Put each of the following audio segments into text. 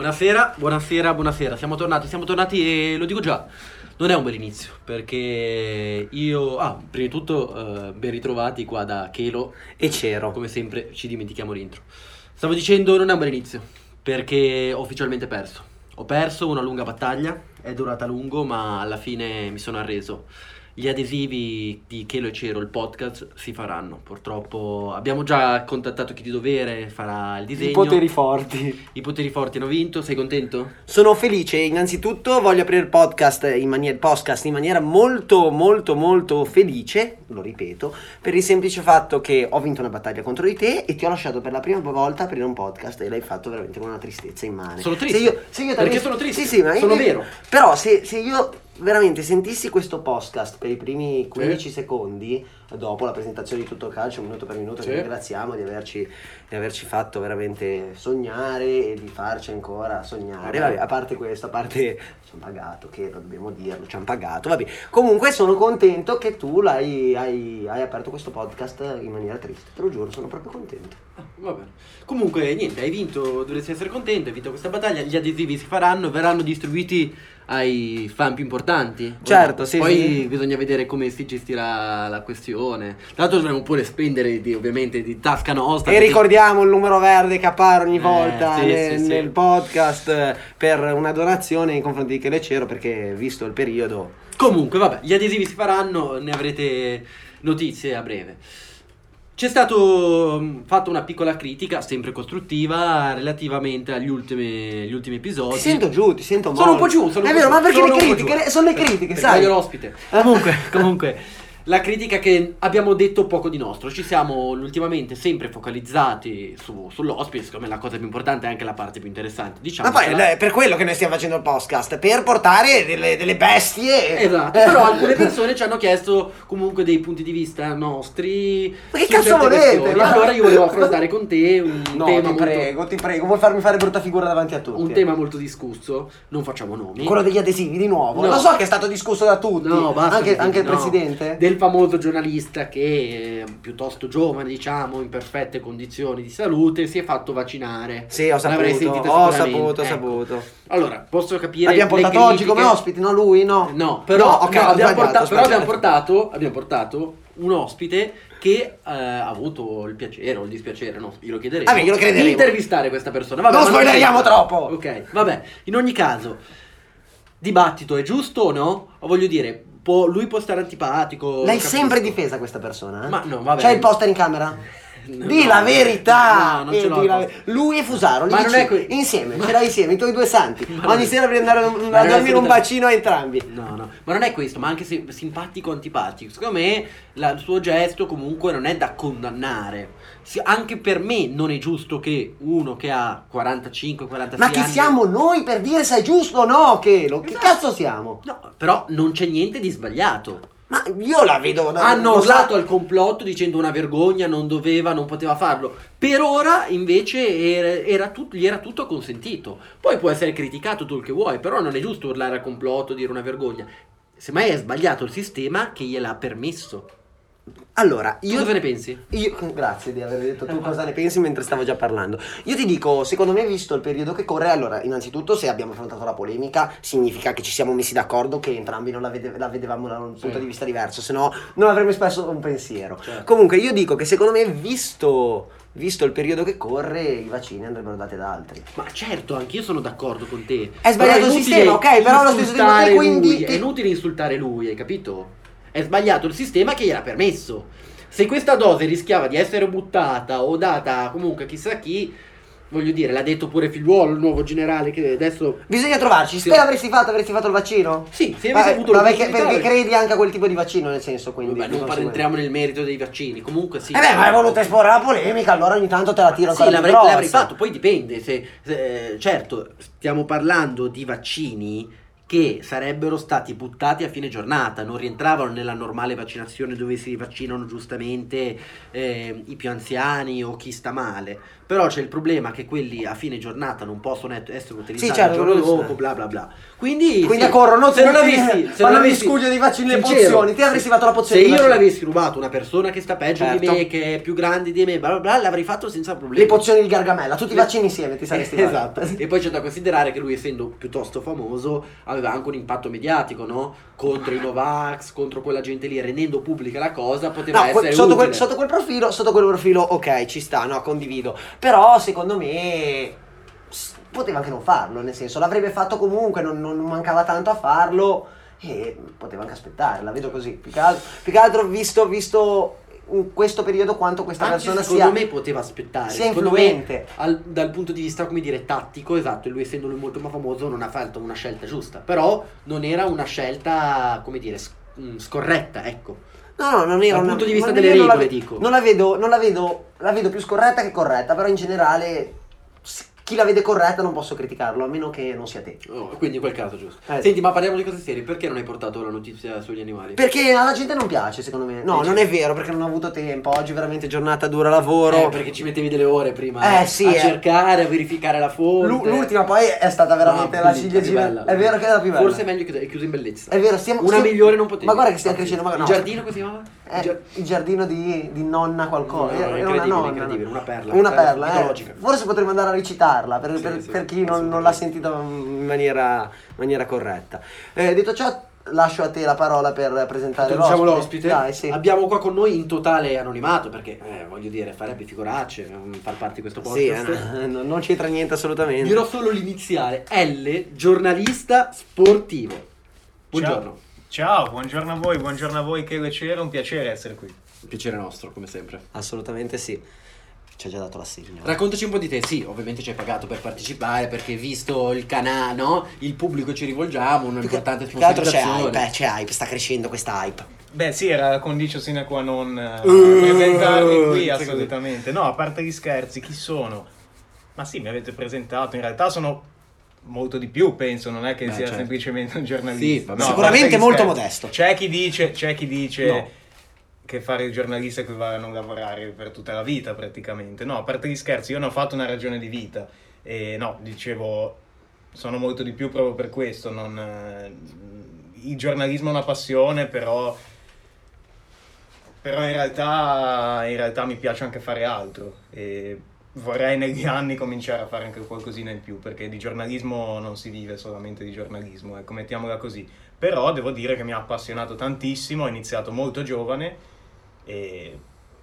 Buonasera. Siamo tornati e lo dico già, non è un bel inizio, perché prima di tutto, ben ritrovati qua da Chelo e Cero. Come sempre ci dimentichiamo l'intro. Stavo dicendo, non è un bel inizio, perché ho ufficialmente perso. Ho perso una lunga battaglia, è durata a lungo, ma alla fine mi sono arreso. Gli adesivi di Chelo e Cero, il podcast, si faranno. Purtroppo abbiamo già contattato chi di dovere farà il disegno. I poteri forti hanno vinto. Sei contento? Sono felice. Innanzitutto voglio aprire il podcast in maniera molto molto molto felice, lo ripeto, per il semplice fatto che ho vinto una battaglia contro di te e ti ho lasciato per la prima volta aprire un podcast e l'hai fatto veramente con una tristezza immane. Sono triste. Perché sono triste? Sì, ma sono vero. Però se io veramente sentissi questo podcast per i primi 15 secondi dopo la presentazione di Tutto Calcio, minuto per minuto, che ringraziamo di averci fatto veramente sognare e di farci ancora sognare. Vabbè, a parte questo, ci hanno pagato, che dobbiamo dirlo, ci hanno pagato, vabbè. Comunque sono contento che tu hai aperto questo podcast in maniera triste, te lo giuro, sono proprio contento. Va bene. Comunque niente, hai vinto, dovresti essere contento, hai vinto questa battaglia, gli adesivi si faranno, verranno distribuiti ai fan più importanti. Certo, sì. Poi bisogna vedere come si gestirà la questione. Tra l'altro dovremmo pure spendere ovviamente di tasca nostra. E ricordiamo il numero verde che appare ogni volta sì. nel podcast per una donazione in confronti di Chelo e Cero, perché visto il periodo. Comunque vabbè, gli adesivi si faranno, ne avrete notizie a breve. C'è stato fatta una piccola critica, sempre costruttiva, relativamente agli ultimi episodi. Ti sento giù, ti sento male. Sono un po' giù, è vero, ma perché le critiche? Sono le critiche, sai? Voglio l'ospite. Comunque, la critica che abbiamo detto poco di nostro. Ci siamo ultimamente sempre focalizzati sull'ospite. Secondo me la cosa più importante è anche la parte più interessante. Diciamo. Ma poi è per quello che noi stiamo facendo il podcast, per portare delle bestie. Esatto. Però alcune persone ci hanno chiesto comunque dei punti di vista nostri. Ma che cazzo volete? Allora io volevo affrontare con te un tema. Ti prego, vuoi farmi fare brutta figura davanti a tutti? Un tema molto discusso. Non facciamo nomi. Quello degli adesivi di nuovo. No. Lo so che è stato discusso da tutti. No, basta. Anche il presidente. Del famoso giornalista che piuttosto giovane, diciamo, in perfette condizioni di salute, si è fatto vaccinare. Sì, ho saputo. Allora, posso capire. L'abbiamo portato oggi come ospite, no? Lui? No, però abbiamo portato un ospite che ha avuto il piacere o il dispiacere, no, glielo chiederemo. Vabbè, glielo crederemo. Di intervistare questa persona. Vabbè, non spoileriamo troppo. Ok, vabbè. In ogni caso, dibattito è giusto o no? O voglio dire, lui può stare antipatico. L'hai sempre difesa questa persona? Ma no, vabbè. C'hai il poster in camera? Di la verità! No, non ce l'ho. Lui e Fusaro, ma non è insieme, ce l'hai insieme, i tuoi due santi. Ogni sera devi andare a dormire un bacino a entrambi. No, ma non è questo, ma anche se simpatico o antipatico. Secondo me il suo gesto comunque non è da condannare. Anche per me non è giusto che uno che ha 45-46 anni. Ma chi siamo noi per dire se è giusto o no, Chelo? Che cazzo siamo? No, però non c'è niente di sbagliato. Ma io la vedo. Hanno usato al complotto dicendo una vergogna, non poteva farlo. Per ora invece gli era tutto consentito. Poi può essere criticato tu il che vuoi, però non è giusto urlare al complotto, dire una vergogna. Semmai è sbagliato il sistema che gliel'ha permesso. Allora, cosa ne pensi? Grazie di aver detto tu cosa ne pensi mentre stavo già parlando. Io ti dico, secondo me, visto il periodo che corre, allora, innanzitutto, se abbiamo affrontato la polemica, significa che ci siamo messi d'accordo, che entrambi non la vedevamo da un punto di vista diverso, se no non avremmo espresso un pensiero. Certo. Comunque, io dico che secondo me, visto il periodo che corre, i vaccini andrebbero dati ad altri. Ma certo, anch'io sono d'accordo con te. È sbagliato il sistema, ok, però allo stesso tempo te quindi... È inutile insultare lui, hai capito? È sbagliato il sistema che gliel'ha permesso. Se questa dose rischiava di essere buttata o data comunque chissà chi, voglio dire, l'ha detto pure Figliuolo, il nuovo generale, che adesso... Bisogna trovarci. Te avresti fatto il vaccino? Sì, se avessi avuto l'opportunità. Perché credi anche a quel tipo di vaccino, nel senso, quindi... Vabbè, non entriamo nel merito dei vaccini, comunque sì. Ma hai voluto esporre la polemica, allora ogni tanto te la tiro ancora. Sì, l'avrei fatto, poi dipende. Certo, stiamo parlando di vaccini che sarebbero stati buttati a fine giornata, non rientravano nella normale vaccinazione dove si vaccinano giustamente i più anziani o chi sta male. Però c'è il problema che quelli a fine giornata non possono essere utilizzati Sì, certo, il giorno dopo, bla bla bla. Quindi a corrono, se non l'avessi, se non mi l'avessi, scuglio di farci le sincero, pozioni, ti avresti fatto la se pozione. io non l'avessi rubato una persona che sta peggio di Certo. me, che è più grande di me, bla bla bla, l'avrei fatto senza problemi. Le pozioni di Gargamella, tutti i vaccini insieme ti saresti Esatto. E poi c'è da considerare che lui, essendo piuttosto famoso, aveva anche un impatto mediatico, no? Contro i Novax, contro quella gente lì, rendendo pubblica la cosa, poteva essere sotto utile. sotto quel profilo, ok, ci sta, no, condivido. Però secondo me poteva anche non farlo, nel senso, l'avrebbe fatto comunque, non mancava tanto a farlo e poteva anche aspettare, la vedo così. Più che altro visto in questo periodo quanto questa Anche persona secondo sia me poteva aspettare, sia secondo influente. me, dal punto di vista, come dire, tattico, esatto, e lui essendo lui molto famoso non ha fatto una scelta giusta, però non era una scelta, come dire, scorretta, ecco. No, non era Dal una, punto di vista non- delle io regole, dico. Non la vedo più scorretta che corretta, però in generale chi la vede corretta non posso criticarlo, a meno che non sia te. Oh, quindi in quel caso giusto. Sì. Senti, ma parliamo di cose serie, perché non hai portato la notizia sugli animali? Perché alla gente non piace, secondo me. No, non è vero, perché non ho avuto tempo. Oggi veramente giornata dura lavoro. Perché ci mettevi delle ore prima Sì, a cercare, a verificare la fonte. L'ultima poi è stata veramente la ciliegina. È vero che è la più bella. Forse è meglio che è chiusa in bellezza. È vero, Una migliore non potevi. Ma guarda che stiamo crescendo. Ma Il no, giardino come si chiamava? il giardino di nonna qualcosa. No, Era una incredibile, nonna. incredibile, una perla. Una perla, mitologica. Forse potremmo andare a recitarla per chi non assolutamente. l'ha sentita in maniera corretta. Detto ciò, lascio a te la parola per presentare Diciamo l'ospite. Dai, sì. Abbiamo qua con noi in totale anonimato perché voglio dire, farebbe figuracce far parte di questo Sì, podcast. non c'entra niente assolutamente. Dirò solo l'iniziale. L, giornalista sportivo. Buongiorno. Ciao, buongiorno a voi che c'era, un piacere essere qui. Piacere nostro, come sempre. Assolutamente sì. Ci ha già dato l'assegno. Raccontaci un po' di te. Sì, ovviamente ci hai pagato per partecipare perché visto il canale, no? Il pubblico ci rivolgiamo, un'importante Più che altro sponsorizzazione. c'è hype, sta crescendo questa hype. Beh sì, era la condicio sine qua non presentarmi qui, sì, assolutamente. No, a parte gli scherzi, chi sono? Ma sì, mi avete presentato, in realtà sono molto di più, penso, non è che sia certo. semplicemente un giornalista. Sì, vabbè. No, a Sicuramente parte gli molto scherzi. modesto. C'è chi dice No. che fare il giornalista equivale a non lavorare per tutta la vita praticamente. No, a parte gli scherzi, io ne ho fatto una ragione di vita e no, dicevo, sono molto di più proprio per questo. Il giornalismo è una passione, però in realtà mi piace anche fare altro e vorrei negli anni cominciare a fare anche qualcosina in più, perché di giornalismo non si vive solamente di giornalismo, ecco, mettiamola così. Però devo dire che mi ha appassionato tantissimo, ho iniziato molto giovane e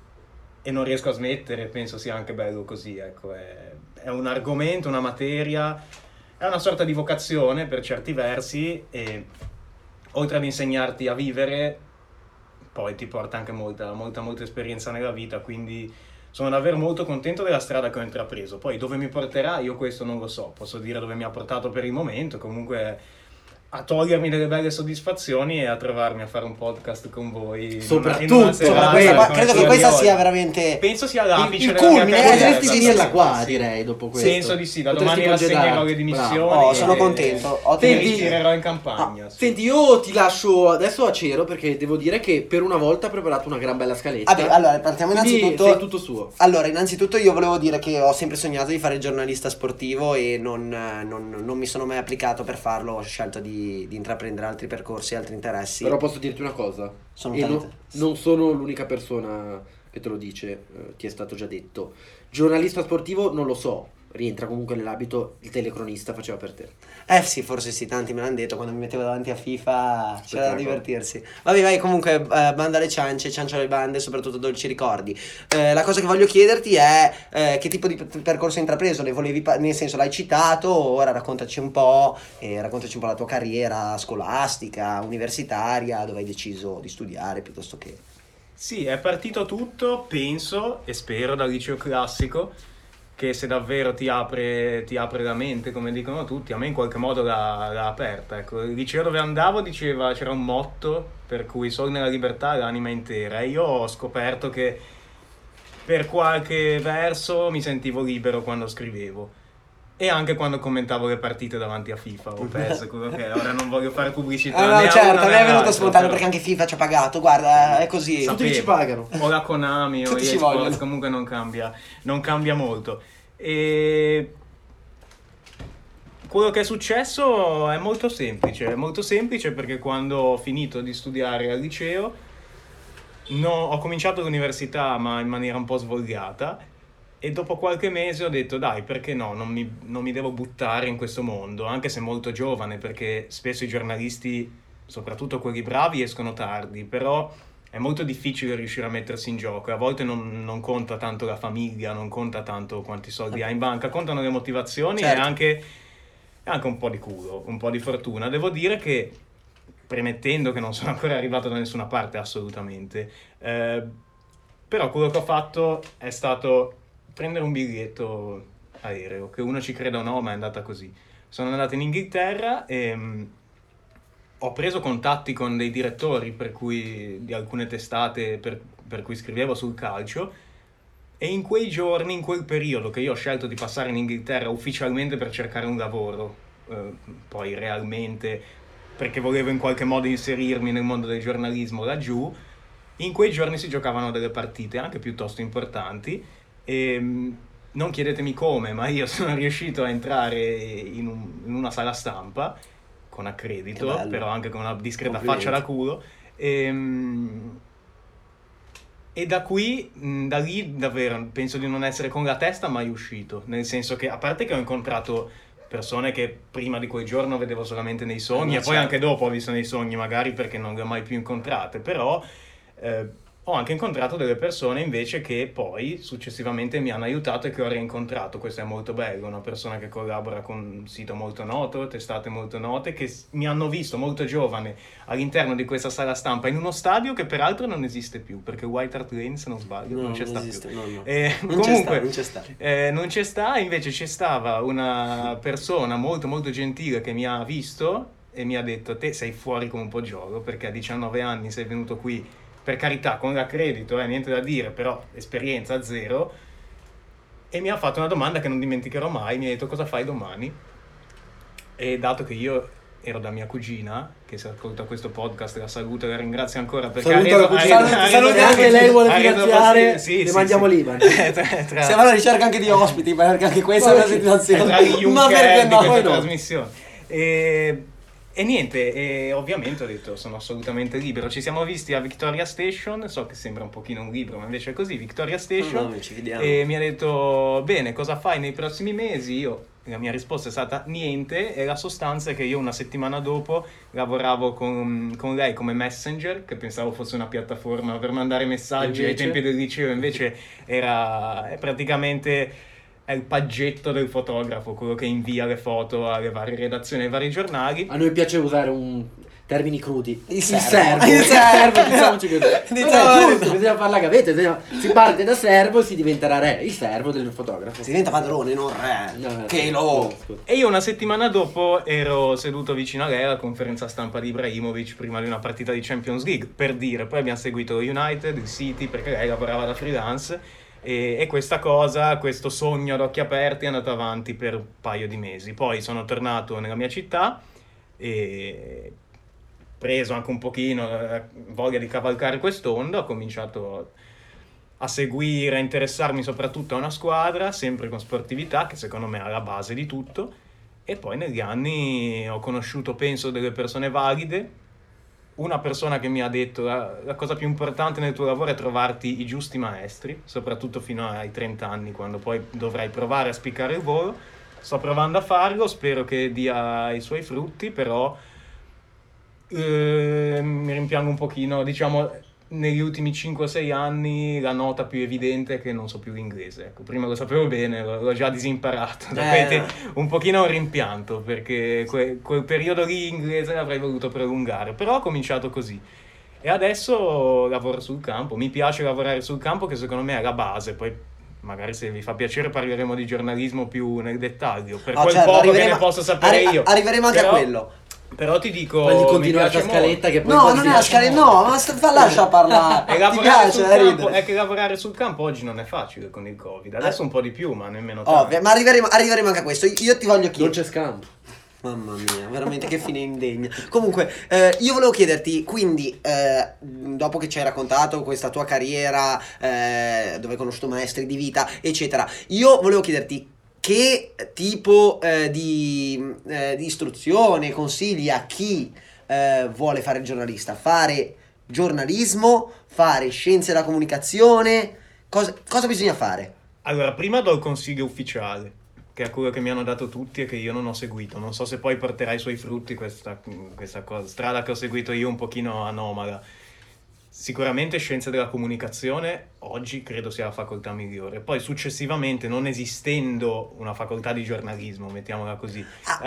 non riesco a smettere, penso sia anche bello così, ecco, è un argomento, una materia, è una sorta di vocazione per certi versi e oltre ad insegnarti a vivere, poi ti porta anche molta esperienza nella vita, quindi sono davvero molto contento della strada che ho intrapreso. Poi dove mi porterà io questo non lo so, posso dire dove mi ha portato per il momento, comunque a togliermi delle belle soddisfazioni e a trovarmi a fare un podcast con voi. Soprattutto, credo che questa sia veramente penso sia l'apice il della mia culmine, carriera. Potresti finirla qua, Sì. direi, dopo questo. Penso di sì, da Potresti domani rassegnerò congedarti. le dimissioni. Bravo. Oh, sono e- contento. e Ottimo. mi ritirerò in campagna. sì. Senti, io ti lascio adesso a Cero perché devo dire che per una volta ha preparato una gran bella scaletta. Vabbè, allora partiamo Quindi innanzitutto. sei tutto suo. Allora, innanzitutto io volevo dire che ho sempre sognato di fare il giornalista sportivo e non mi sono mai applicato per farlo, ho scelto di intraprendere altri percorsi, altri interessi. Però posso dirti una cosa. Sono E tante. non sono l'unica persona che te lo dice, ti è stato già detto. Giornalista sportivo non lo so, rientra comunque nell'abito, il telecronista faceva per te. Sì, forse sì, tanti me l'hanno detto, quando mi mettevo davanti a FIFA c'era da Spettacolo. divertirsi. Vabbè, vai, comunque, banda alle ciance, ciancio alle bande, soprattutto dolci ricordi. La cosa che voglio chiederti è che tipo di percorso hai intrapreso, le volevi nel senso l'hai citato, ora raccontaci un po' la tua carriera scolastica, universitaria, dove hai deciso di studiare piuttosto che... Sì, è partito tutto, penso e spero, dal liceo classico, che se davvero ti apre la mente, come dicono tutti, a me in qualche modo l'ha aperta. Ecco, il liceo dove andavo c'era un motto per cui solo nella libertà l'anima è intera, e io ho scoperto che per qualche verso mi sentivo libero quando scrivevo. E anche quando commentavo le partite davanti a FIFA o PES, quello che è. Ora non voglio fare pubblicità. no, né a certo, una mi né è venuto all'altra, spontaneo però. perché anche FIFA ci ha pagato, guarda, è così. Tutti ci pagano. O la Konami o Tutti ci EA Sports, vogliono. comunque non cambia molto. E quello che è successo è molto semplice perché quando ho finito di studiare al liceo ho cominciato l'università ma in maniera un po' svogliata e dopo qualche mese ho detto dai, perché no, non mi devo buttare in questo mondo, anche se molto giovane, perché spesso i giornalisti, soprattutto quelli bravi, escono tardi, però è molto difficile riuscire a mettersi in gioco e a volte non conta tanto la famiglia, non conta tanto quanti soldi hai in banca, contano le motivazioni Certo. e anche un po' di culo, un po' di fortuna. Devo dire che, premettendo che non sono ancora arrivato da nessuna parte assolutamente, però quello che ho fatto è stato prendere un biglietto aereo, che uno ci creda o no, ma è andata così. Sono andato in Inghilterra e ho preso contatti con dei direttori di alcune testate per cui scrivevo sul calcio, e in quei giorni, in quel periodo che io ho scelto di passare in Inghilterra ufficialmente per cercare un lavoro, poi realmente perché volevo in qualche modo inserirmi nel mondo del giornalismo laggiù, in quei giorni si giocavano delle partite anche piuttosto importanti e non chiedetemi come, ma io sono riuscito a entrare in una sala stampa con accredito, però anche con una discreta faccia da culo. E da lì davvero penso di non essere con la testa mai uscito, nel senso che, a parte che ho incontrato persone che prima di quel giorno vedevo solamente nei sogni, e poi anche dopo ho visto nei sogni magari perché non le ho mai più incontrate, però ho anche incontrato delle persone invece che poi successivamente mi hanno aiutato e che ho rincontrato. Questo è molto bello, una persona che collabora con un sito molto noto, testate molto note, che mi hanno visto molto giovane all'interno di questa sala stampa in uno stadio che peraltro non esiste più, perché White Hart Lane, se non sbaglio, non c'è sta più. Non c'è sta, invece c'è stava una persona molto molto gentile che mi ha visto e mi ha detto: te sei fuori come un po' gioco, perché a 19 anni sei venuto qui, per carità, con l'accredito, niente da dire, però esperienza zero, e mi ha fatto una domanda che non dimenticherò mai. Mi ha detto: cosa fai domani? E dato che io ero da mia cugina, che se ascolta questo podcast la saluto e la ringrazio ancora perché saluta anche lei, vuole finanziare, sì, mandiamo l'Iban. Siamo alla ricerca anche di ospiti, perché anche questa è una situazione, ma perché no, questa trasmissione. E niente, e ovviamente ho detto sono assolutamente libero. Ci siamo visti a Victoria Station, so che sembra un pochino un libro ma invece è così, Victoria Station, e mi ha detto: bene, cosa fai nei prossimi mesi? La mia risposta è stata niente, e la sostanza è che io una settimana dopo lavoravo con lei come messenger, che pensavo fosse una piattaforma per mandare messaggi ai tempi del liceo, invece è praticamente è il paggetto del fotografo, quello che invia le foto alle varie redazioni, ai vari giornali. A noi piace usare termini crudi. Il servo, diciamoci così. Giusto, bisogna fare la gavetta, si parte da servo e si diventerà re, il servo del fotografo. Si diventa padrone, non re. E io una settimana dopo ero seduto vicino a lei alla conferenza stampa di Ibrahimovic prima di una partita di Champions League, per dire. Poi abbiamo seguito lo United, il City, perché lei lavorava da freelance. E questa cosa, questo sogno ad occhi aperti è andato avanti per un paio di mesi. Poi sono tornato nella mia città e, preso anche un pochino voglia di cavalcare quest'onda, ho cominciato a seguire, a interessarmi soprattutto a una squadra, sempre con sportività, che secondo me è alla base di tutto. E poi negli anni ho conosciuto, penso, delle persone valide. Una persona che mi ha detto: la cosa più importante nel tuo lavoro è trovarti i giusti maestri, soprattutto fino ai 30 anni, quando poi dovrai provare a spiccare il volo. Sto provando a farlo, spero che dia i suoi frutti, però mi rimpiango un pochino, diciamo, negli ultimi 5-6 anni la nota più evidente è che non so più l'inglese. Ecco, prima lo sapevo bene, l'ho già disimparato. Un pochino un rimpianto, perché quel periodo lì inglese l'avrei voluto prolungare, però ho cominciato così. E adesso lavoro sul campo, mi piace lavorare sul campo, che secondo me è la base. Poi magari, se vi fa piacere, parleremo di giornalismo più nel dettaglio, per quel poco che ne posso sapere io. Arriveremo anche a quello. Però ti dico, poi continuare la scaletta che poi non è la scaletta, no, ma lascia parlare. È che lavorare sul campo oggi non è facile con il Covid. Adesso un po' di più, ma nemmeno tanto. Ma arriveremo anche a questo. Io ti voglio chiedere. Non c'è scampo. Mamma mia, veramente che fine indegna. Comunque, io volevo chiederti, quindi, dopo che ci hai raccontato questa tua carriera, dove hai conosciuto maestri di vita, eccetera, io volevo chiederti che tipo di istruzione consigli a chi vuole fare il giornalista? Fare giornalismo, fare scienze della comunicazione, cosa bisogna fare? Allora, prima do il consiglio ufficiale, che è quello che mi hanno dato tutti e che io non ho seguito. Non so se poi porterà i suoi frutti questa strada che ho seguito io un pochino anomala. Sicuramente scienze della comunicazione oggi credo sia la facoltà migliore. Poi successivamente, non esistendo una facoltà di giornalismo, mettiamola così,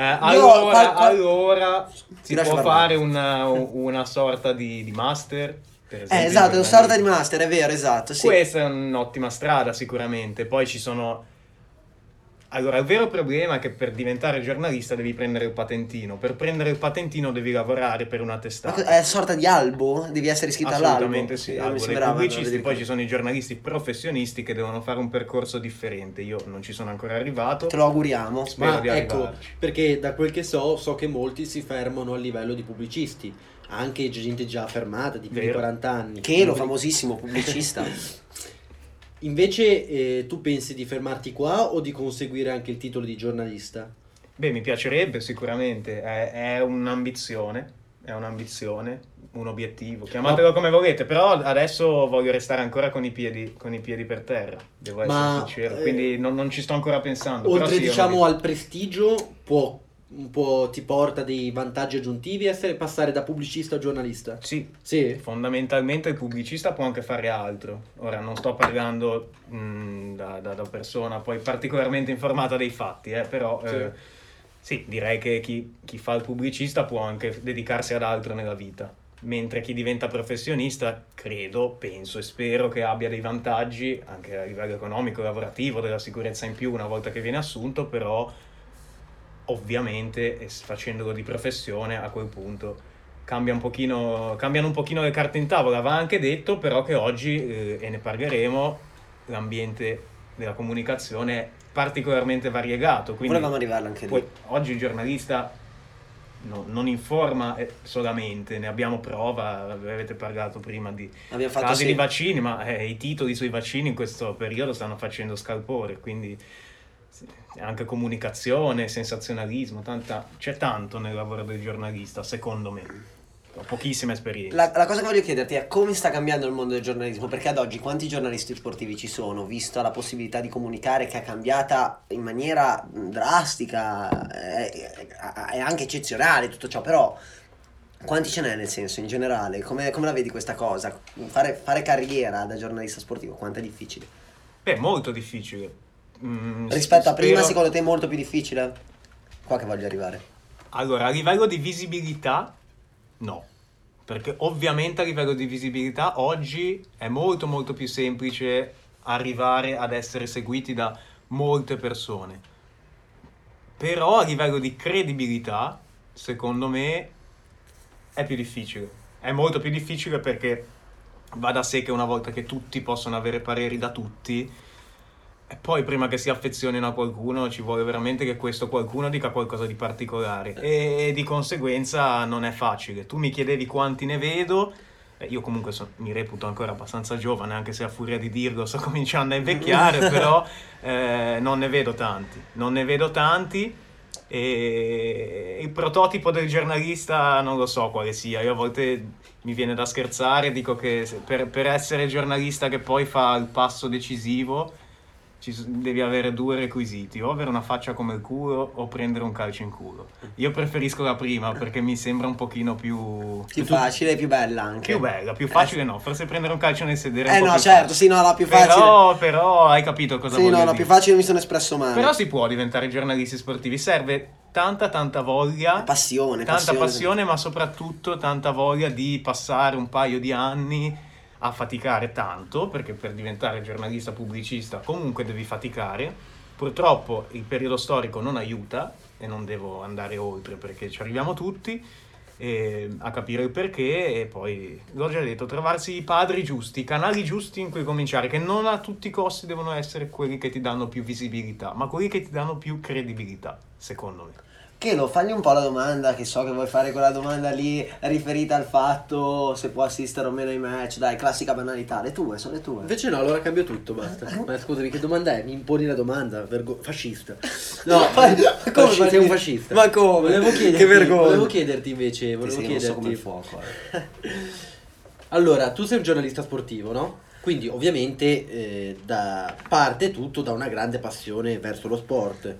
allora si può fare una sorta di master. Per esempio, esatto, una sorta di master, è vero, esatto. Sì. Questa è un'ottima strada sicuramente. Poi ci sono... Allora, il vero problema è che per diventare giornalista devi prendere il patentino. Per prendere il patentino devi lavorare per una testata. È una sorta di albo? Devi essere iscritto all'albo? Assolutamente sì, albo dei pubblicisti. Poi ci sono i giornalisti professionisti che devono fare un percorso differente. Io non ci sono ancora arrivato. Te lo auguriamo. Spero di ecco, arrivarci. perché da quel che so che molti si fermano a livello di pubblicisti. Anche gente già fermata di più di 40 anni. Che lo famosissimo pubblicista. Invece tu pensi di fermarti qua o di conseguire anche il titolo di giornalista? Beh, mi piacerebbe sicuramente, è un'ambizione, un obiettivo, chiamatelo come volete, però adesso voglio restare ancora con i piedi per terra, devo essere sincero, quindi non ci sto ancora pensando. Oltre però sì, al prestigio, un po' ti porta dei vantaggi aggiuntivi passare da pubblicista a giornalista? Sì, fondamentalmente il pubblicista può anche fare altro. Ora non sto parlando da persona poi particolarmente informata dei fatti, però sì, direi che chi fa il pubblicista può anche dedicarsi ad altro nella vita, mentre chi diventa professionista penso e spero che abbia dei vantaggi anche a livello economico, lavorativo, della sicurezza in più una volta che viene assunto, però ovviamente facendolo di professione a quel punto cambiano un pochino le carte in tavola. Va anche detto però che oggi, e ne parleremo, l'ambiente della comunicazione è particolarmente variegato, quindi volevamo arrivarla anche lì. Oggi il giornalista non informa solamente, ne abbiamo prova, avete parlato prima di casi di vaccini, ma i titoli sui vaccini in questo periodo stanno facendo scalpore, quindi anche comunicazione, sensazionalismo, c'è tanto nel lavoro del giornalista, secondo me. Ho pochissima esperienza. La cosa che voglio chiederti è come sta cambiando il mondo del giornalismo, perché ad oggi quanti giornalisti sportivi ci sono, vista la possibilità di comunicare che è cambiata in maniera drastica, è anche eccezionale tutto ciò, però quanti ce n'è, nel senso, in generale? Come la vedi questa cosa? Fare carriera da giornalista sportivo, quanto è difficile? Beh, molto difficile. Rispetto a prima, secondo te è molto più difficile? Qua che voglio arrivare. Allora, a livello di visibilità, no. Perché ovviamente a livello di visibilità oggi è molto molto più semplice arrivare ad essere seguiti da molte persone. Però a livello di credibilità, secondo me, è più difficile. È molto più difficile perché va da sé che una volta che tutti possono avere pareri da tutti, e poi prima che si affezionino a qualcuno ci vuole veramente che questo qualcuno dica qualcosa di particolare e di conseguenza non è facile. Tu mi chiedevi quanti ne vedo, io comunque mi reputo ancora abbastanza giovane, anche se a furia di dirlo sto cominciando a invecchiare, però non ne vedo tanti e il prototipo del giornalista non lo so quale sia. Io a volte mi viene da scherzare, dico che per essere giornalista che poi fa il passo decisivo devi avere 2 requisiti: o avere una faccia come il culo o prendere un calcio in culo. Io preferisco la prima perché mi sembra un pochino più facile e più bella anche. Più bella, più facile no, forse prendere un calcio nel sedere è un po' no, più certo, facile. sì, no, la più facile. Però hai capito cosa voglio dire. Sì, no, la più facile mi sono espresso male. Però si può diventare giornalisti sportivi, serve tanta voglia, passione, ma soprattutto tanta voglia di passare un paio di anni a faticare tanto, perché per diventare giornalista pubblicista comunque devi faticare. Purtroppo il periodo storico non aiuta e non devo andare oltre perché ci arriviamo tutti a capire il perché, e poi l'ho già detto, trovarsi i padri giusti, i canali giusti in cui cominciare, che non a tutti i costi devono essere quelli che ti danno più visibilità, ma quelli che ti danno più credibilità, secondo me. Chelo, fagli un po' la domanda, che so che vuoi fare quella domanda lì riferita al fatto se può assistere o meno ai match, dai, classica banalità, le tue, sono le tue. Invece no, allora cambio tutto, basta. Ma scusami, che domanda è? Mi imponi la domanda? Fascista. No, come sei un fascista. Ma come? Volevo chiederti, Che vergogna. volevo chiederti invece, volevo Sei rosso come il chiederti. fuoco. Allora, tu sei un giornalista sportivo, no? Quindi ovviamente parte tutto da una grande passione verso lo sport.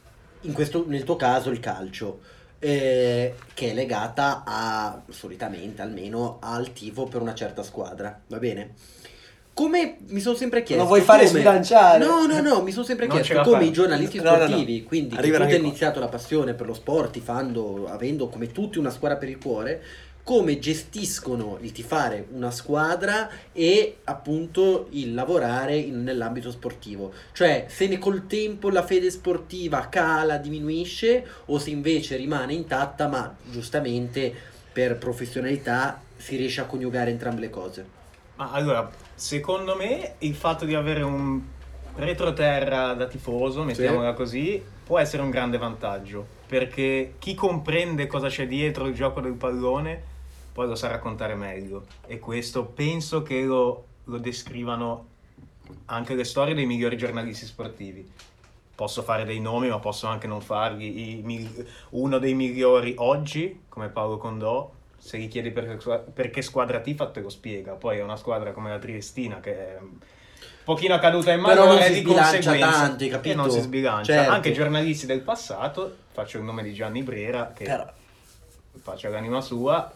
Nel tuo caso il calcio, che è legata solitamente almeno al tifo per una certa squadra, va bene? Come mi sono sempre chiesto... Lo vuoi fare come- sbilanciare? No, mi sono sempre Non ce chiesto la come fai. i giornalisti No, no, no. sportivi, quindi che Arriverà tu hai anche qua. iniziato la passione per lo sport, avendo come tutti una squadra per il cuore, come gestiscono il tifare una squadra e appunto il lavorare nell'ambito sportivo. Cioè, se col tempo la fede sportiva cala, diminuisce, o se invece rimane intatta, ma giustamente per professionalità si riesce a coniugare entrambe le cose. Ma allora, secondo me il fatto di avere un retroterra da tifoso, mettiamola così, può essere un grande vantaggio, perché chi comprende cosa c'è dietro il gioco del pallone poi lo sa raccontare meglio, e questo penso che lo descrivano anche le storie dei migliori giornalisti sportivi. Posso fare dei nomi, ma posso anche non farli. Uno dei migliori oggi, come Paolo Condò, se gli chiedi perché squadra tifa, te lo spiega. Poi è una squadra come la Triestina che è un pochino caduta in Però non malore, si di sbilancia conseguenza tanto, hai e capito? non si sbilancia. Certo. Anche giornalisti del passato, faccio il nome di Gianni Brera, che Però- faccia l'anima sua,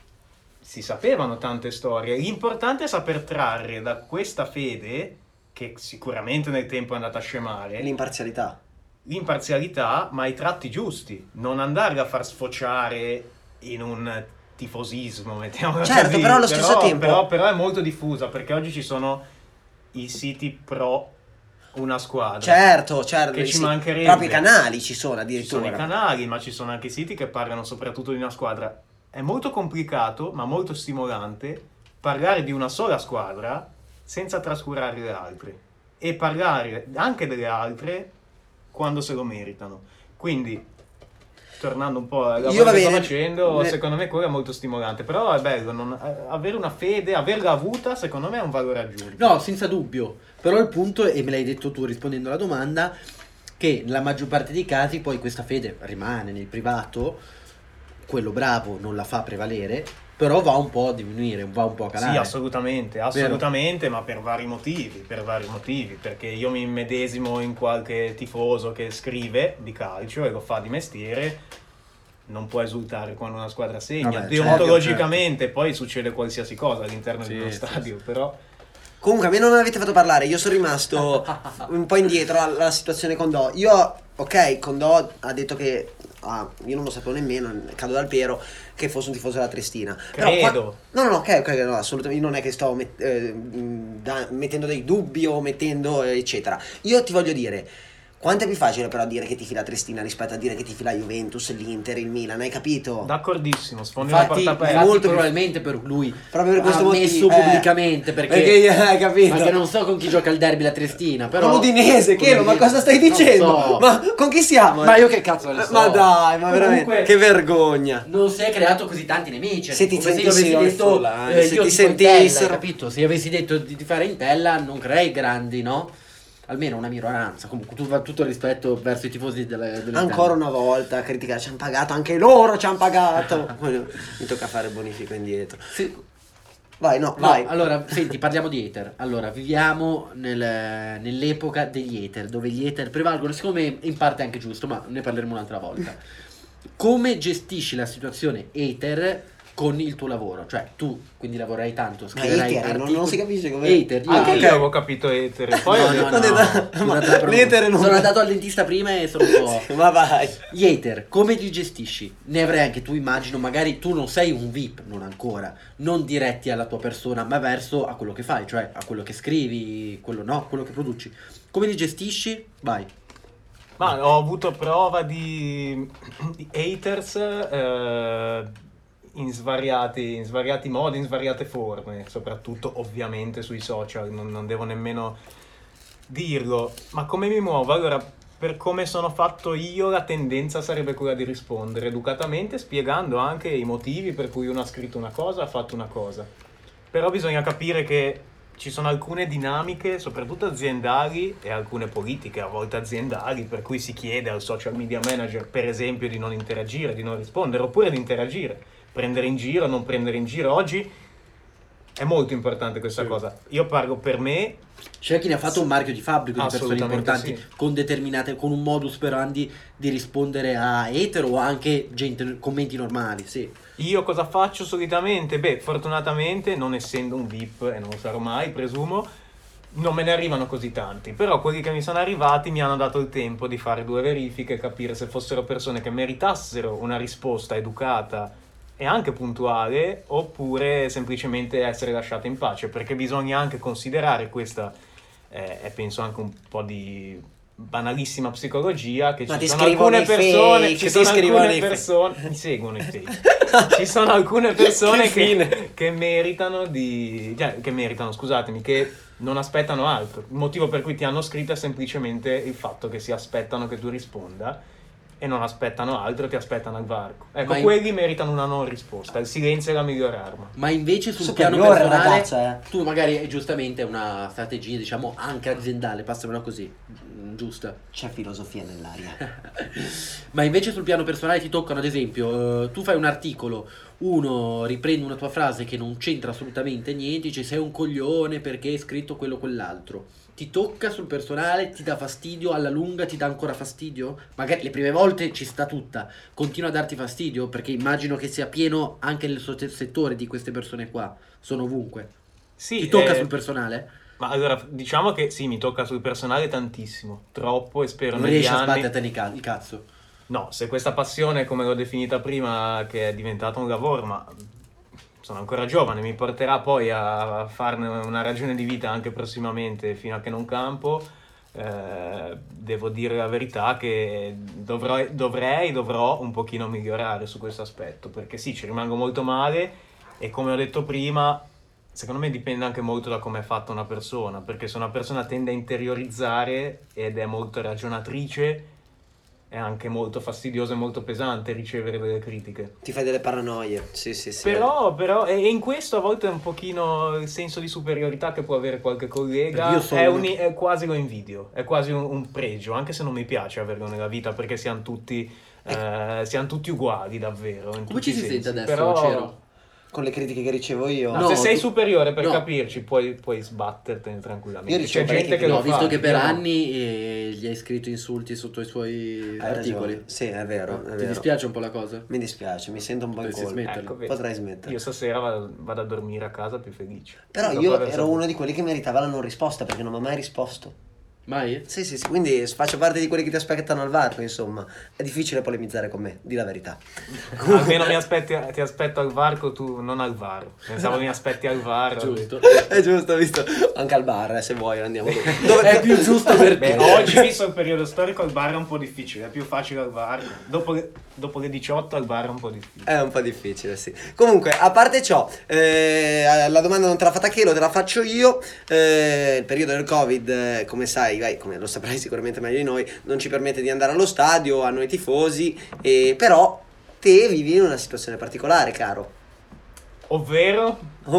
si sapevano tante storie. L'importante è saper trarre da questa fede, che sicuramente nel tempo è andata a scemare, l'imparzialità, ma i tratti giusti, non andare a far sfociare in un tifosismo, mettiamola Certo, così. però allo stesso tempo- però è molto diffusa, perché oggi ci sono i siti pro una squadra. Certo, Che ci sì. mancherebbe. Proprio i canali ci sono Ci addirittura. sono i canali, ma ci sono anche i siti che parlano soprattutto di una squadra. È molto complicato, ma molto stimolante, parlare di una sola squadra senza trascurare le altre, e parlare anche delle altre quando se lo meritano. Quindi, tornando un po' al Io, lavoro va che sto bene. facendo, secondo me quello è molto stimolante. Però è bello, avere una fede, averla avuta, secondo me è un valore aggiunto. No, senza dubbio. Però il punto, e me l'hai detto tu rispondendo alla domanda, che nella maggior parte dei casi poi questa fede rimane nel privato, quello bravo non la fa prevalere, però va un po' a diminuire, va un po' a calare. Sì, assolutamente, ma per vari motivi, perché io mi immedesimo in qualche tifoso che scrive di calcio e lo fa di mestiere, non può esultare quando una squadra segna. Vabbè, Deontologicamente poi succede qualsiasi cosa all'interno di uno Sì, stadio, però... Comunque a me non avete fatto parlare, io sono rimasto un po' indietro alla situazione Condò. Condò ha detto che io non lo sapevo nemmeno, cado dal pero, che fosse un tifoso della Triestina. Credo. No, ok, no, assolutamente non è che sto mettendo dei dubbi o mettendo eccetera. Io ti voglio dire, quanto è più facile però dire che tifi la Triestina rispetto a dire che tifi la Juventus, l'Inter, il Milan, hai capito? D'accordissimo, sfondi una Infatti, porta aperta. molto più- probabilmente per lui Proprio per questo ha messo motivo, pubblicamente perché hai capito? Perché non so con chi gioca il derby la Triestina, però Con l'Udinese, Chelo, ma cosa stai Non dicendo? so. Ma con chi siamo? Ma io che cazzo ne so? Ma dai, ma veramente, Comunque, che vergogna. non si è creato così tanti nemici. Se ti Come io avessi sentissi detto se io ti tifo Intella, sentissi- hai capito? Se io avessi detto di fare Intella non crei grandi, no? Almeno una minoranza. Comunque tutto il rispetto verso i tifosi delle Ancora una volta a criticare, ci hanno pagato, anche loro ci hanno pagato. Mi tocca fare il bonifico indietro. Sì. Vai, No, vai. allora, senti, parliamo di hater. Allora, viviamo nell'epoca degli hater, dove gli hater prevalgono, secondo me in parte è anche giusto, ma ne parleremo un'altra volta. Come gestisci la situazione hater con il tuo lavoro? Cioè, tu quindi lavorerai tanto, scriverai hater, articoli... non si capisce come... Hater, Anche ok. io avevo capito etere, poi ho detto... non è da- ma durante la pronuncia. l'etere non- Sono andato al dentista prima e sono un po'... Ma vai. Gli hater, come li gestisci? Ne avrai anche tu, immagino, magari tu non sei un VIP, non ancora, non diretti alla tua persona, ma verso a quello che fai, cioè a quello che scrivi, quello che produci. Come li gestisci? Vai. Ma ho avuto prova di haters in svariati modi, in svariate forme, soprattutto ovviamente sui social, non devo nemmeno dirlo. Ma come mi muovo? Allora, per come sono fatto io, la tendenza sarebbe quella di rispondere educatamente, spiegando anche i motivi per cui uno ha scritto una cosa, ha fatto una cosa. Però bisogna capire che ci sono alcune dinamiche, soprattutto aziendali, e alcune politiche, a volte aziendali, per cui si chiede al social media manager, per esempio, di non interagire, di non rispondere, oppure di interagire, prendere in giro, non prendere in giro. Oggi è molto importante questa cosa. Io parlo per me. C'è chi ne ha fatto un marchio di fabbrico di persone importanti, sì, con determinate, con un modus operandi di rispondere a hater o anche gente, commenti normali, sì. Io cosa faccio solitamente? Beh, fortunatamente, non essendo un VIP, e non lo sarò mai, presumo, non me ne arrivano così tanti. Però quelli che mi sono arrivati mi hanno dato il tempo di fare 2 verifiche, capire se fossero persone che meritassero una risposta educata e anche puntuale, oppure semplicemente essere lasciate in pace, perché bisogna anche considerare questa, penso anche un po' di banalissima psicologia, che ci sono alcune persone, mi seguono i fake. Ci sono alcune persone che meritano che non aspettano altro. Il motivo per cui ti hanno scritto è semplicemente il fatto che si aspettano che tu risponda e non aspettano altro, ti aspettano al varco. Ecco, quelli meritano una non risposta. Il silenzio è la miglior arma. Ma invece sul piano personale, tu magari giustamente una strategia, diciamo, anche aziendale, passamela così, giusta. C'è filosofia nell'aria. Ma invece sul piano personale ti toccano, ad esempio, tu fai un articolo, uno riprende una tua frase che non c'entra assolutamente niente, dice sei un coglione perché hai scritto quello o quell'altro. Ti tocca sul personale, ti dà fastidio, alla lunga ti dà ancora fastidio? Magari le prime volte ci sta tutta, continua a darti fastidio, perché immagino che sia pieno anche nel suo settore di queste persone qua, sono ovunque. Sì, ti tocca sul personale? Ma allora, diciamo che sì, mi tocca sul personale tantissimo, troppo, e spero non negli riesci anni... a sbatterti il cazzo? No, se questa passione, come l'ho definita prima, che è diventata un lavoro, ma sono ancora giovane, mi porterà poi a farne una ragione di vita anche prossimamente, fino a che non campo, devo dire la verità che dovrò un pochino migliorare su questo aspetto, perché sì, ci rimango molto male, e come ho detto prima, secondo me dipende anche molto da come è fatta una persona, perché se una persona tende a interiorizzare ed è molto ragionatrice, è anche molto fastidioso e molto pesante ricevere delle critiche. Ti fai delle paranoie, sì. Però, e in questo a volte è un pochino il senso di superiorità che può avere qualche collega, è quasi lo invidio, è quasi un pregio, anche se non mi piace averlo nella vita, perché siamo tutti uguali davvero. Come ci si sente adesso, però... Cero? Con le critiche che ricevo io. No, se sei superiore, per capirci, puoi sbattertene tranquillamente. Io c'è gente che lo fa. Visto che per anni gli hai scritto insulti sotto i suoi articoli. Sì, è vero. Ti dispiace un po' la cosa? Mi dispiace, mi sento un po' in colpa. Ecco, potrei smettere. Io stasera vado a dormire a casa più felice. Però io ero uno di quelli che meritava la non risposta, perché non mi ha mai risposto. Mai? Sì, quindi faccio parte di quelli che ti aspettano al varco, insomma. È difficile polemizzare con me, di la verità. Almeno ti aspetto al varco, tu non al varo. Pensavo mi aspetti al varo. Giusto. È giusto, visto. Anche al bar, se vuoi, andiamo. Dove è più giusto per te? Oggi, visto il periodo storico, al bar è un po' difficile. È più facile al bar. Dopo le 18 al bar è un po' difficile. È un po' difficile, sì. Comunque, a parte ciò, la domanda non te la fa Tachelo, te la faccio io. Il periodo del Covid, come sai, come lo saprai sicuramente meglio di noi, non ci permette di andare allo stadio, a noi tifosi, però te vivi in una situazione particolare, caro. Ovvero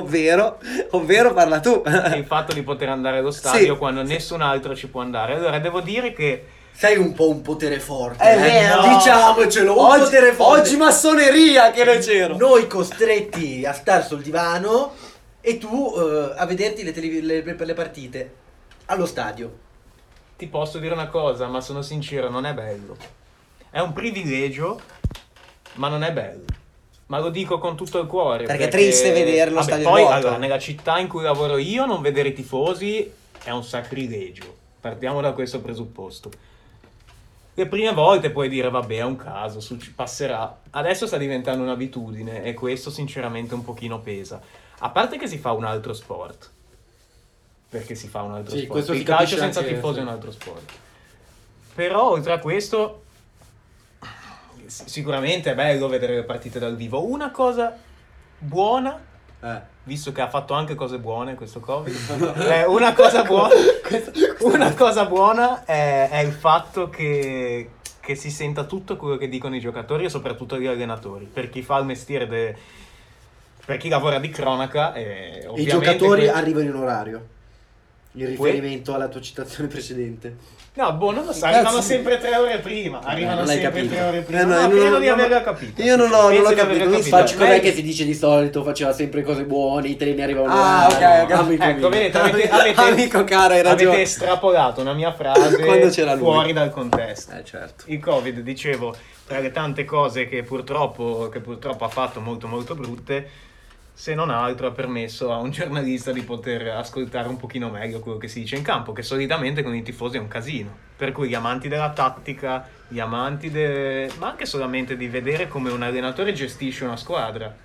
parla tu. Il fatto di poter andare allo stadio quando nessun altro ci può andare. Allora, devo dire che sei un po' un potere forte. È vero. No. Diciamocelo, potere forte. Oggi massoneria che non c'ero. Noi costretti a star sul divano e tu a vederti le partite allo stadio. Ti posso dire una cosa, ma sono sincero, non è bello. È un privilegio, ma non è bello. Ma lo dico con tutto il cuore. Perché è triste vederlo stadio poi, vuoto. Allora, nella città in cui lavoro io, non vedere i tifosi è un sacrilegio. Partiamo da questo presupposto. Le prime volte puoi dire, vabbè, è un caso, passerà. Adesso sta diventando un'abitudine e questo sinceramente un pochino pesa. A parte che si fa un altro sport. Perché si fa un altro sport. Il calcio senza tifosi è un altro sport. Però oltre a questo sicuramente è bello vedere le partite dal vivo. Una cosa buona visto che ha fatto anche cose buone questo Covid, una cosa buona è il fatto che si senta tutto quello che dicono i giocatori e soprattutto gli allenatori. Per chi fa il mestiere per chi lavora di cronaca, ovviamente I giocatori arrivano in orario. In riferimento alla tua citazione precedente. No, non lo so, arrivano sempre 3 ore prima. Arrivano sempre 3 ore prima. No, Credo di averla capito. Io non l'ho capito. Faccio com'è che si dice di solito, faceva sempre cose buone, i treni arrivavano. Ok. Ecco, vedete, Amico caro, hai ragione. avete estrapolato una mia frase Quando c'era lui. fuori dal contesto. Certo. Il Covid, dicevo, tra le tante cose che purtroppo ha fatto molto molto brutte, se non altro ha permesso a un giornalista di poter ascoltare un pochino meglio quello che si dice in campo, che solitamente con i tifosi è un casino. Per cui gli amanti della tattica, gli amanti ma anche solamente di vedere come un allenatore gestisce una squadra.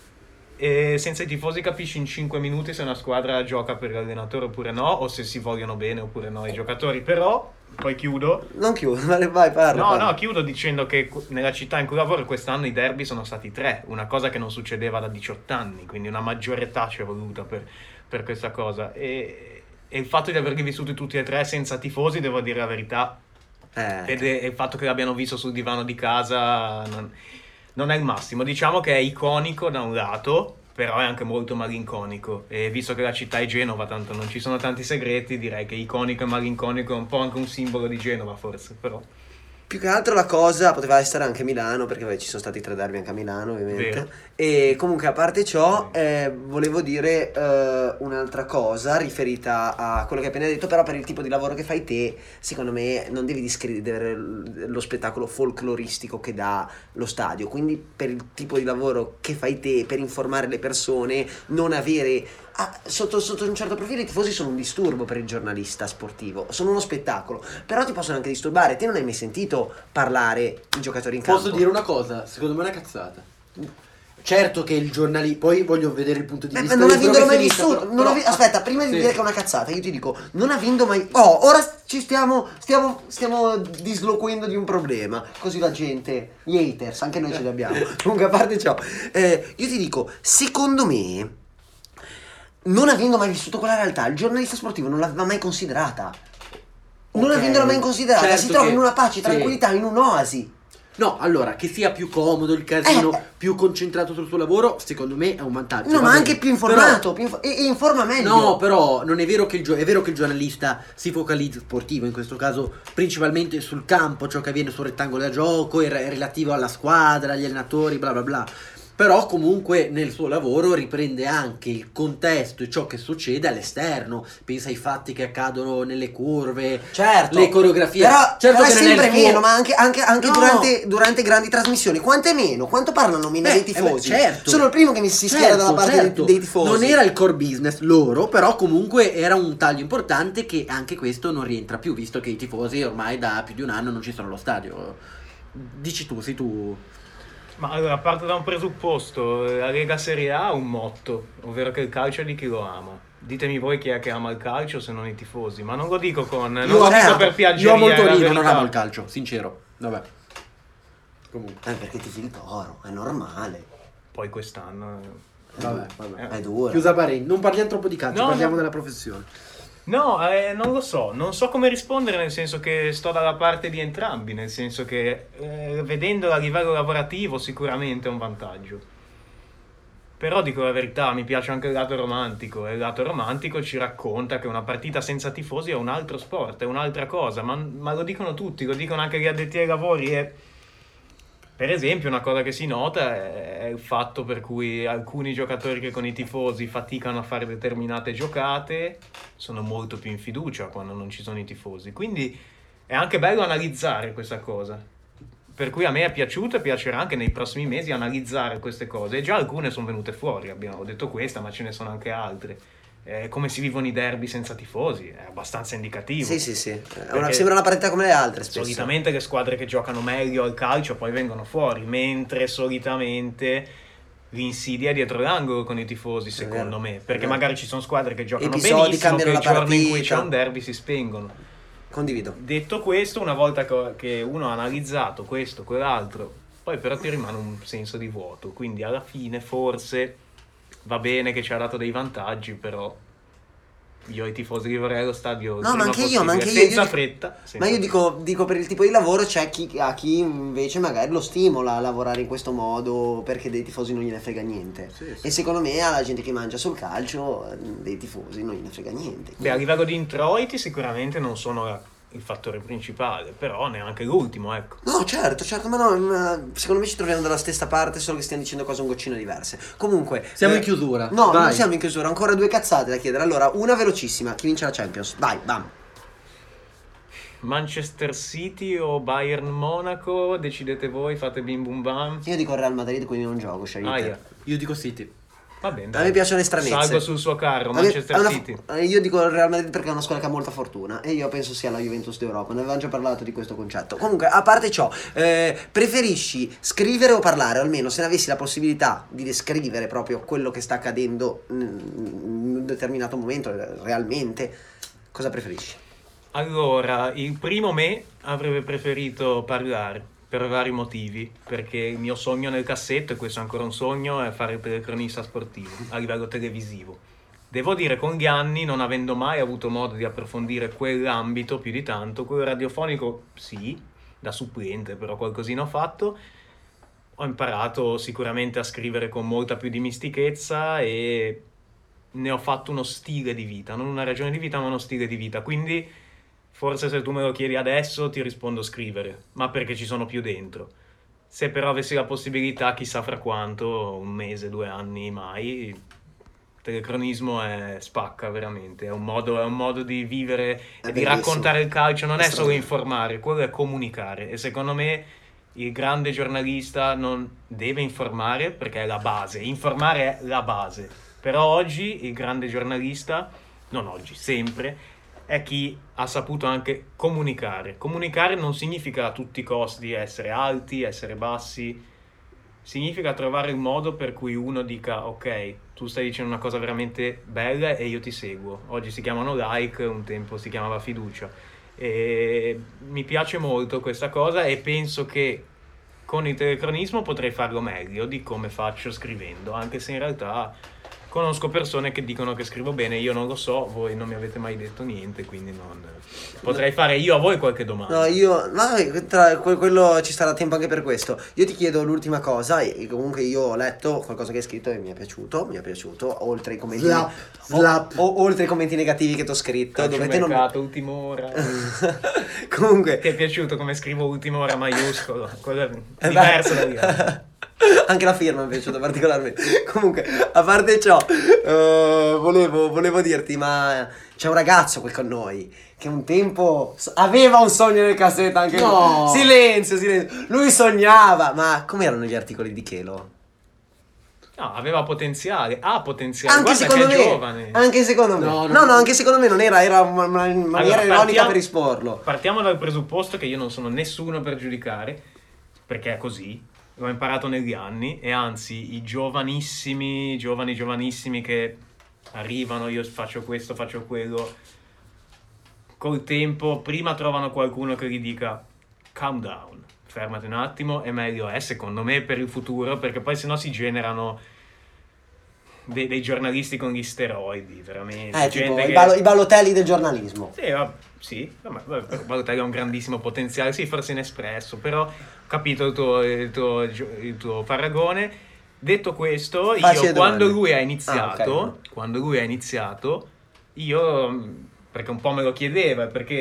E senza i tifosi capisci in 5 minuti se una squadra gioca per l'allenatore oppure no, o se si vogliono bene oppure no i giocatori. Però, poi chiudo. Non chiudo, vai, parla. No, chiudo dicendo che nella città in cui lavoro quest'anno i derby sono stati 3, una cosa che non succedeva da 18 anni, quindi una maggiore età ci è voluta per questa cosa. E il fatto di averli vissuti tutti e 3 senza tifosi, devo dire la verità, e il fatto che l'abbiano visto sul divano di casa non è il massimo. Diciamo che è iconico da un lato, però è anche molto malinconico, e visto che la città è Genova, tanto non ci sono tanti segreti, direi che iconico e malinconico è un po' anche un simbolo di Genova, forse, però. Più che altro la cosa poteva essere anche Milano, perché ci sono stati 3 derby anche a Milano, ovviamente. Vero. E comunque, a parte ciò, volevo dire un'altra cosa riferita a quello che hai appena detto. Però per il tipo di lavoro che fai te, secondo me non devi descrivere lo spettacolo folcloristico che dà lo stadio. Quindi per il tipo di lavoro che fai te, per informare le persone, non avere... sotto un certo profilo i tifosi sono un disturbo per il giornalista sportivo, sono uno spettacolo, però ti possono anche disturbare. Te non hai mai sentito parlare i giocatori in campo? Posso dire una cosa? Secondo me è una cazzata. Certo che il giornalista, poi voglio vedere il punto di vista non del avendolo mai professionista, vissuto, però- aspetta, prima di Sì. dire che è una cazzata, io ti dico, non avendo mai... ora ci stiamo disloquendo di un problema, così la gente, gli haters, anche noi ce li abbiamo. Comunque, a parte ciò, io ti dico, secondo me, non avendo mai vissuto quella realtà, il giornalista sportivo non l'aveva mai considerata. Non Ok, avendola mai considerata, certo si trova che- in una pace, sì. tranquillità, in un'oasi. No, allora, che sia più comodo il casino, più concentrato sul suo lavoro, secondo me è un vantaggio. No, va ma bene. anche più informato, e informa meglio. No, però non è vero che è vero che il giornalista si focalizza sportivo, in questo caso principalmente sul campo, ciò che avviene sul rettangolo da gioco, è relativo alla squadra, agli allenatori, bla bla bla. Però comunque nel suo lavoro riprende anche il contesto e ciò che succede all'esterno. Pensa ai fatti che accadono nelle curve, Certo, le coreografie. però, Certo però è che non sempre il suo- meno, ma anche No. durante grandi trasmissioni. Quanto è meno? Quanto parlano meno dei tifosi? certo. Sono il primo che mi si schiera dalla parte certo. dei tifosi. Non era il core business loro, però comunque era un taglio importante che anche questo non rientra più, visto che i tifosi ormai da più di un anno non ci sono allo stadio. Dici tu, sei tu. Ma allora, parto da un presupposto, la Lega Serie A ha un motto, ovvero che il calcio è di chi lo ama. Ditemi voi chi è che ama il calcio se non i tifosi, ma non lo dico per piaggeria. Io amo il è la Torino, non verità. amo il calcio, sincero. Vabbè. Comunque. Perché tifi il Toro, è normale. Poi quest'anno... Vabbè. È duro. Chiusa parenti, non parliamo troppo di calcio, No, parliamo no. della professione. No, non lo so, non so come rispondere, nel senso che sto dalla parte di entrambi, nel senso che vedendolo a livello lavorativo sicuramente è un vantaggio. Però dico la verità, mi piace anche il lato romantico, e il lato romantico ci racconta che una partita senza tifosi è un altro sport, è un'altra cosa, ma lo dicono tutti, lo dicono anche gli addetti ai lavori. E per esempio una cosa che si nota è il fatto per cui alcuni giocatori che con i tifosi faticano a fare determinate giocate sono molto più in fiducia quando non ci sono i tifosi, quindi è anche bello analizzare questa cosa, per cui a me è piaciuto e piacerà anche nei prossimi mesi analizzare queste cose, e già alcune sono venute fuori, abbiamo detto questa, ma ce ne sono anche altre. Come si vivono i derby senza tifosi è abbastanza indicativo. Sì. Perché Sembra una partita come le altre spesso. solitamente le squadre che giocano meglio al calcio poi vengono fuori, mentre solitamente l'insidia è dietro l'angolo con i tifosi, secondo vero, me, perché è vero. magari ci sono squadre che giocano Episodi benissimo, che cambiano il la giorno in cui partita. c'è un derby si spengono. Condivido. Detto questo, una volta che uno ha analizzato questo, quell'altro, poi però ti rimane un senso di vuoto, quindi alla fine forse va bene che ci ha dato dei vantaggi, però io ai tifosi li vorrei allo stadio il No, ma prima anche io, possibile, senza fretta. Ma io dico per il tipo di lavoro c'è chi invece magari lo stimola a lavorare in questo modo perché dei tifosi non gliene frega niente. Sì, sì. E secondo me alla gente che mangia sul calcio dei tifosi non gliene frega niente. Beh, a livello di introiti sicuramente non sono il fattore principale, però neanche l'ultimo, ecco. No, certo, ma no, secondo me ci troviamo dalla stessa parte, solo che stiamo dicendo cose un goccino diverse. Comunque Siamo in chiusura. No, Vai. non siamo in chiusura, ancora 2 cazzate da chiedere. Allora, una velocissima, chi vince la Champions? Vai, bam. Manchester City o Bayern Monaco, decidete voi, fate bim bum bam. Io dico Real Madrid, quindi non gioco, scegliete. Aia. Io dico City. Va bene, A me piacciono le stranezze. Salgo sul suo carro, A me- Manchester è una- City. Io dico il Real Madrid perché è una squadra che ha molta fortuna e io penso sia la Juventus d'Europa. Ne avevamo già parlato di questo concetto. Comunque, a parte ciò, preferisci scrivere o parlare? O almeno se ne avessi la possibilità di descrivere proprio quello che sta accadendo in un determinato momento, realmente, cosa preferisci? Allora, il primo me avrebbe preferito parlare per vari motivi, perché il mio sogno nel cassetto, e questo è ancora un sogno, è fare il telecronista sportivo a livello televisivo. Devo dire, con gli anni, non avendo mai avuto modo di approfondire quell'ambito più di tanto, quello radiofonico sì, da supplente, però qualcosina ho fatto. Ho imparato sicuramente a scrivere con molta più dimestichezza e ne ho fatto uno stile di vita, non una ragione di vita, ma uno stile di vita. Quindi forse se tu me lo chiedi adesso ti rispondo scrivere, ma perché ci sono più dentro. Se però avessi la possibilità, chissà fra quanto, 1 mese, 2 anni, mai, il telecronismo spacca veramente, è un modo di vivere e di bellissimo. raccontare il calcio, non È è solo straordinario. informare, quello è comunicare, e secondo me il grande giornalista non deve informare perché è la base, informare è la base, però oggi il grande giornalista, non oggi, sempre, è chi ha saputo anche comunicare. Comunicare non significa a tutti i costi essere alti, essere bassi, significa trovare il modo per cui uno dica ok, tu stai dicendo una cosa veramente bella e io ti seguo. Oggi si chiamano like, un tempo si chiamava fiducia. E mi piace molto questa cosa e penso che con il telecronismo potrei farlo meglio di come faccio scrivendo, anche se in realtà conosco persone che dicono che scrivo bene, io non lo so, voi non mi avete mai detto niente, quindi non potrei fare io a voi qualche domanda. Quello ci sarà tempo anche per questo. Io ti chiedo l'ultima cosa, e comunque io ho letto qualcosa che hai scritto e mi è piaciuto, oltre i commenti oltre i commenti negativi che ti ho scritto, dove te non... Calciomercato, ultima ora. Comunque Ti è piaciuto come scrivo ultima ora maiuscolo? Quello è diverso da dire. anche la firma mi è piaciuta particolarmente. Comunque, a parte ciò, volevo dirti, ma c'è un ragazzo qui con noi che un tempo aveva un sogno nel cassetto anche No. lui. Silenzio. Lui sognava, ma com'erano gli articoli di Chelo? No, aveva potenziale, ha potenziale. Anche Guarda secondo che è me, giovane. anche secondo me. No, No, anche secondo me non era una maniera Allora, ironica per esporlo. Partiamo dal presupposto che io non sono nessuno per giudicare, perché è così, l'ho imparato negli anni, e anzi i giovanissimi che arrivano, io faccio questo, faccio quello, col tempo prima trovano qualcuno che gli dica calm down, fermati un attimo, è meglio secondo me per il futuro, perché poi sennò si generano dei giornalisti con gli steroidi, veramente. Tipo Gente i ballotelli del giornalismo. Sì, Balotelli ha un grandissimo potenziale, sì, forse inespresso, però ho capito il tuo paragone. Detto questo, Facile io quando domande. lui ha iniziato, io, perché un po' me lo chiedeva, perché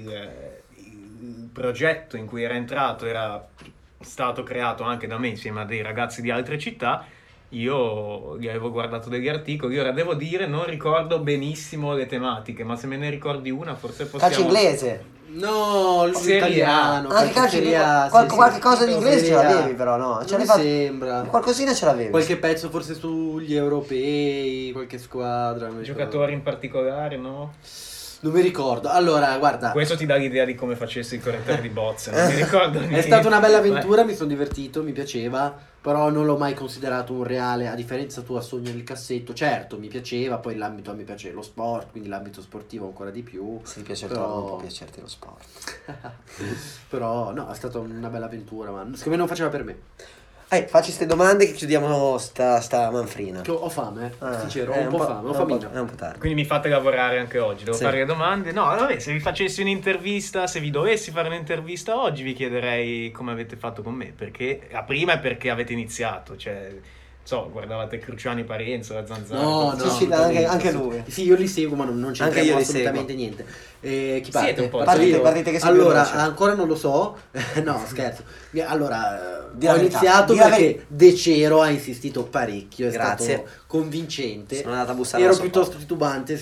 il progetto in cui era entrato era stato creato anche da me insieme a dei ragazzi di altre città, io gli avevo guardato degli articoli. Ora devo dire, non ricordo benissimo le tematiche, ma se me ne ricordi una forse possiamo... Calcio inglese. No, Serie A. l'italiano. Anche calcio Serie A, inglese. sì, Qualche sì. cosa di inglese ce Serie A. l'avevi però, no? Ce Non mi l'hai fatto- sembra. Qualcosina ce l'avevi. Qualche pezzo forse sugli europei, qualche squadra. non mi Giocatori in particolare, no? Non mi ricordo. Allora, guarda, Questo ti dà l'idea di come facessi il correttore di bozze, non mi ricordo niente. è stata una bella avventura, mi sono divertito, mi piaceva, però non l'ho mai considerato un reale, a differenza tua sogno nel cassetto. Certo, mi piaceva, poi l'ambito a me piace lo sport, quindi l'ambito sportivo ancora di più. Se ti piace il Però- toro, non può piacerti lo sport. Però no, è stata una bella avventura, ma secondo me non faceva per me. Facci queste domande che chiudiamo sta manfrina. Che ho fame, sincero, ho un po' fame, ho famiglia. È un po' tardi. Quindi mi fate lavorare anche oggi, devo Sì. fare le domande. No, vabbè, se vi facessi un'intervista, se vi dovessi fare un'intervista oggi, vi chiederei come avete fatto con me, perché la prima è perché avete iniziato, cioè, guardavate Cruciani Parenzo, la Zanzara. No, Sì, anche lui. Sì, io li seguo, ma non Anche c'entriamo io li assolutamente niente. Chi parte? Siete un po'. Parto io? Partite che sei Allora, veloce. ancora non lo so. No, scherzo. Allora, Di la ho verità. iniziato Di la perché De Cero ha insistito parecchio, è Grazie. stato convincente. Sono andata a bussare Ero alla sua piuttosto titubante,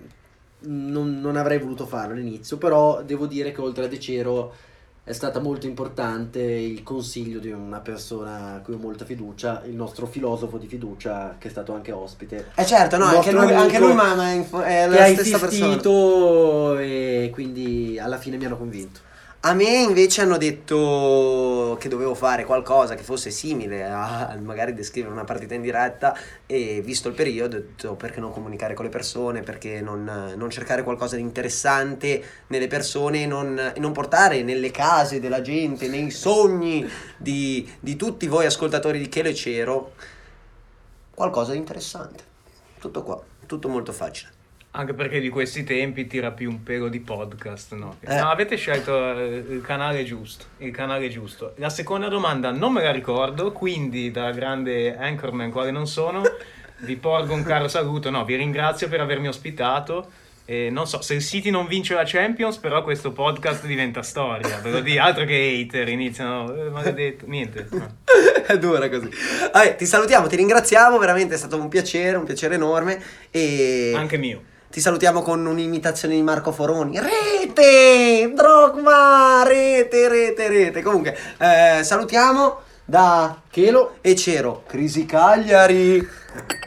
non avrei voluto farlo all'inizio, però devo dire che oltre a De Cero è stata molto importante il consiglio di una persona a cui ho molta fiducia, il nostro filosofo di fiducia, che è stato anche ospite. Certo, no, Il anche nostro lui amico ma è che la ha stessa persona. insistito e quindi alla fine mi hanno convinto. A me invece hanno detto che dovevo fare qualcosa che fosse simile a magari descrivere una partita in diretta, e visto il periodo ho detto perché non comunicare con le persone, perché non cercare qualcosa di interessante nelle persone e non portare nelle case della gente, nei sogni di tutti voi ascoltatori di Chelo e Cero qualcosa di interessante. Tutto qua, tutto molto facile. Anche perché di questi tempi tira più un pelo di podcast, no? No, avete scelto il canale giusto, La seconda domanda non me la ricordo, quindi da grande anchorman quale non sono, vi porgo un caro saluto, no, vi ringrazio per avermi ospitato. E non so, se il City non vince la Champions, però questo podcast diventa storia, ve lo dico, altro che hater, iniziano, maledetto, niente. No. È dura così. Ti salutiamo, ti ringraziamo, veramente è stato un piacere enorme, e Anche mio. ti salutiamo con un'imitazione di Marco Foroni. Rete! Drogba! Rete! Comunque, salutiamo da Chelo e Cero. Crisi Cagliari!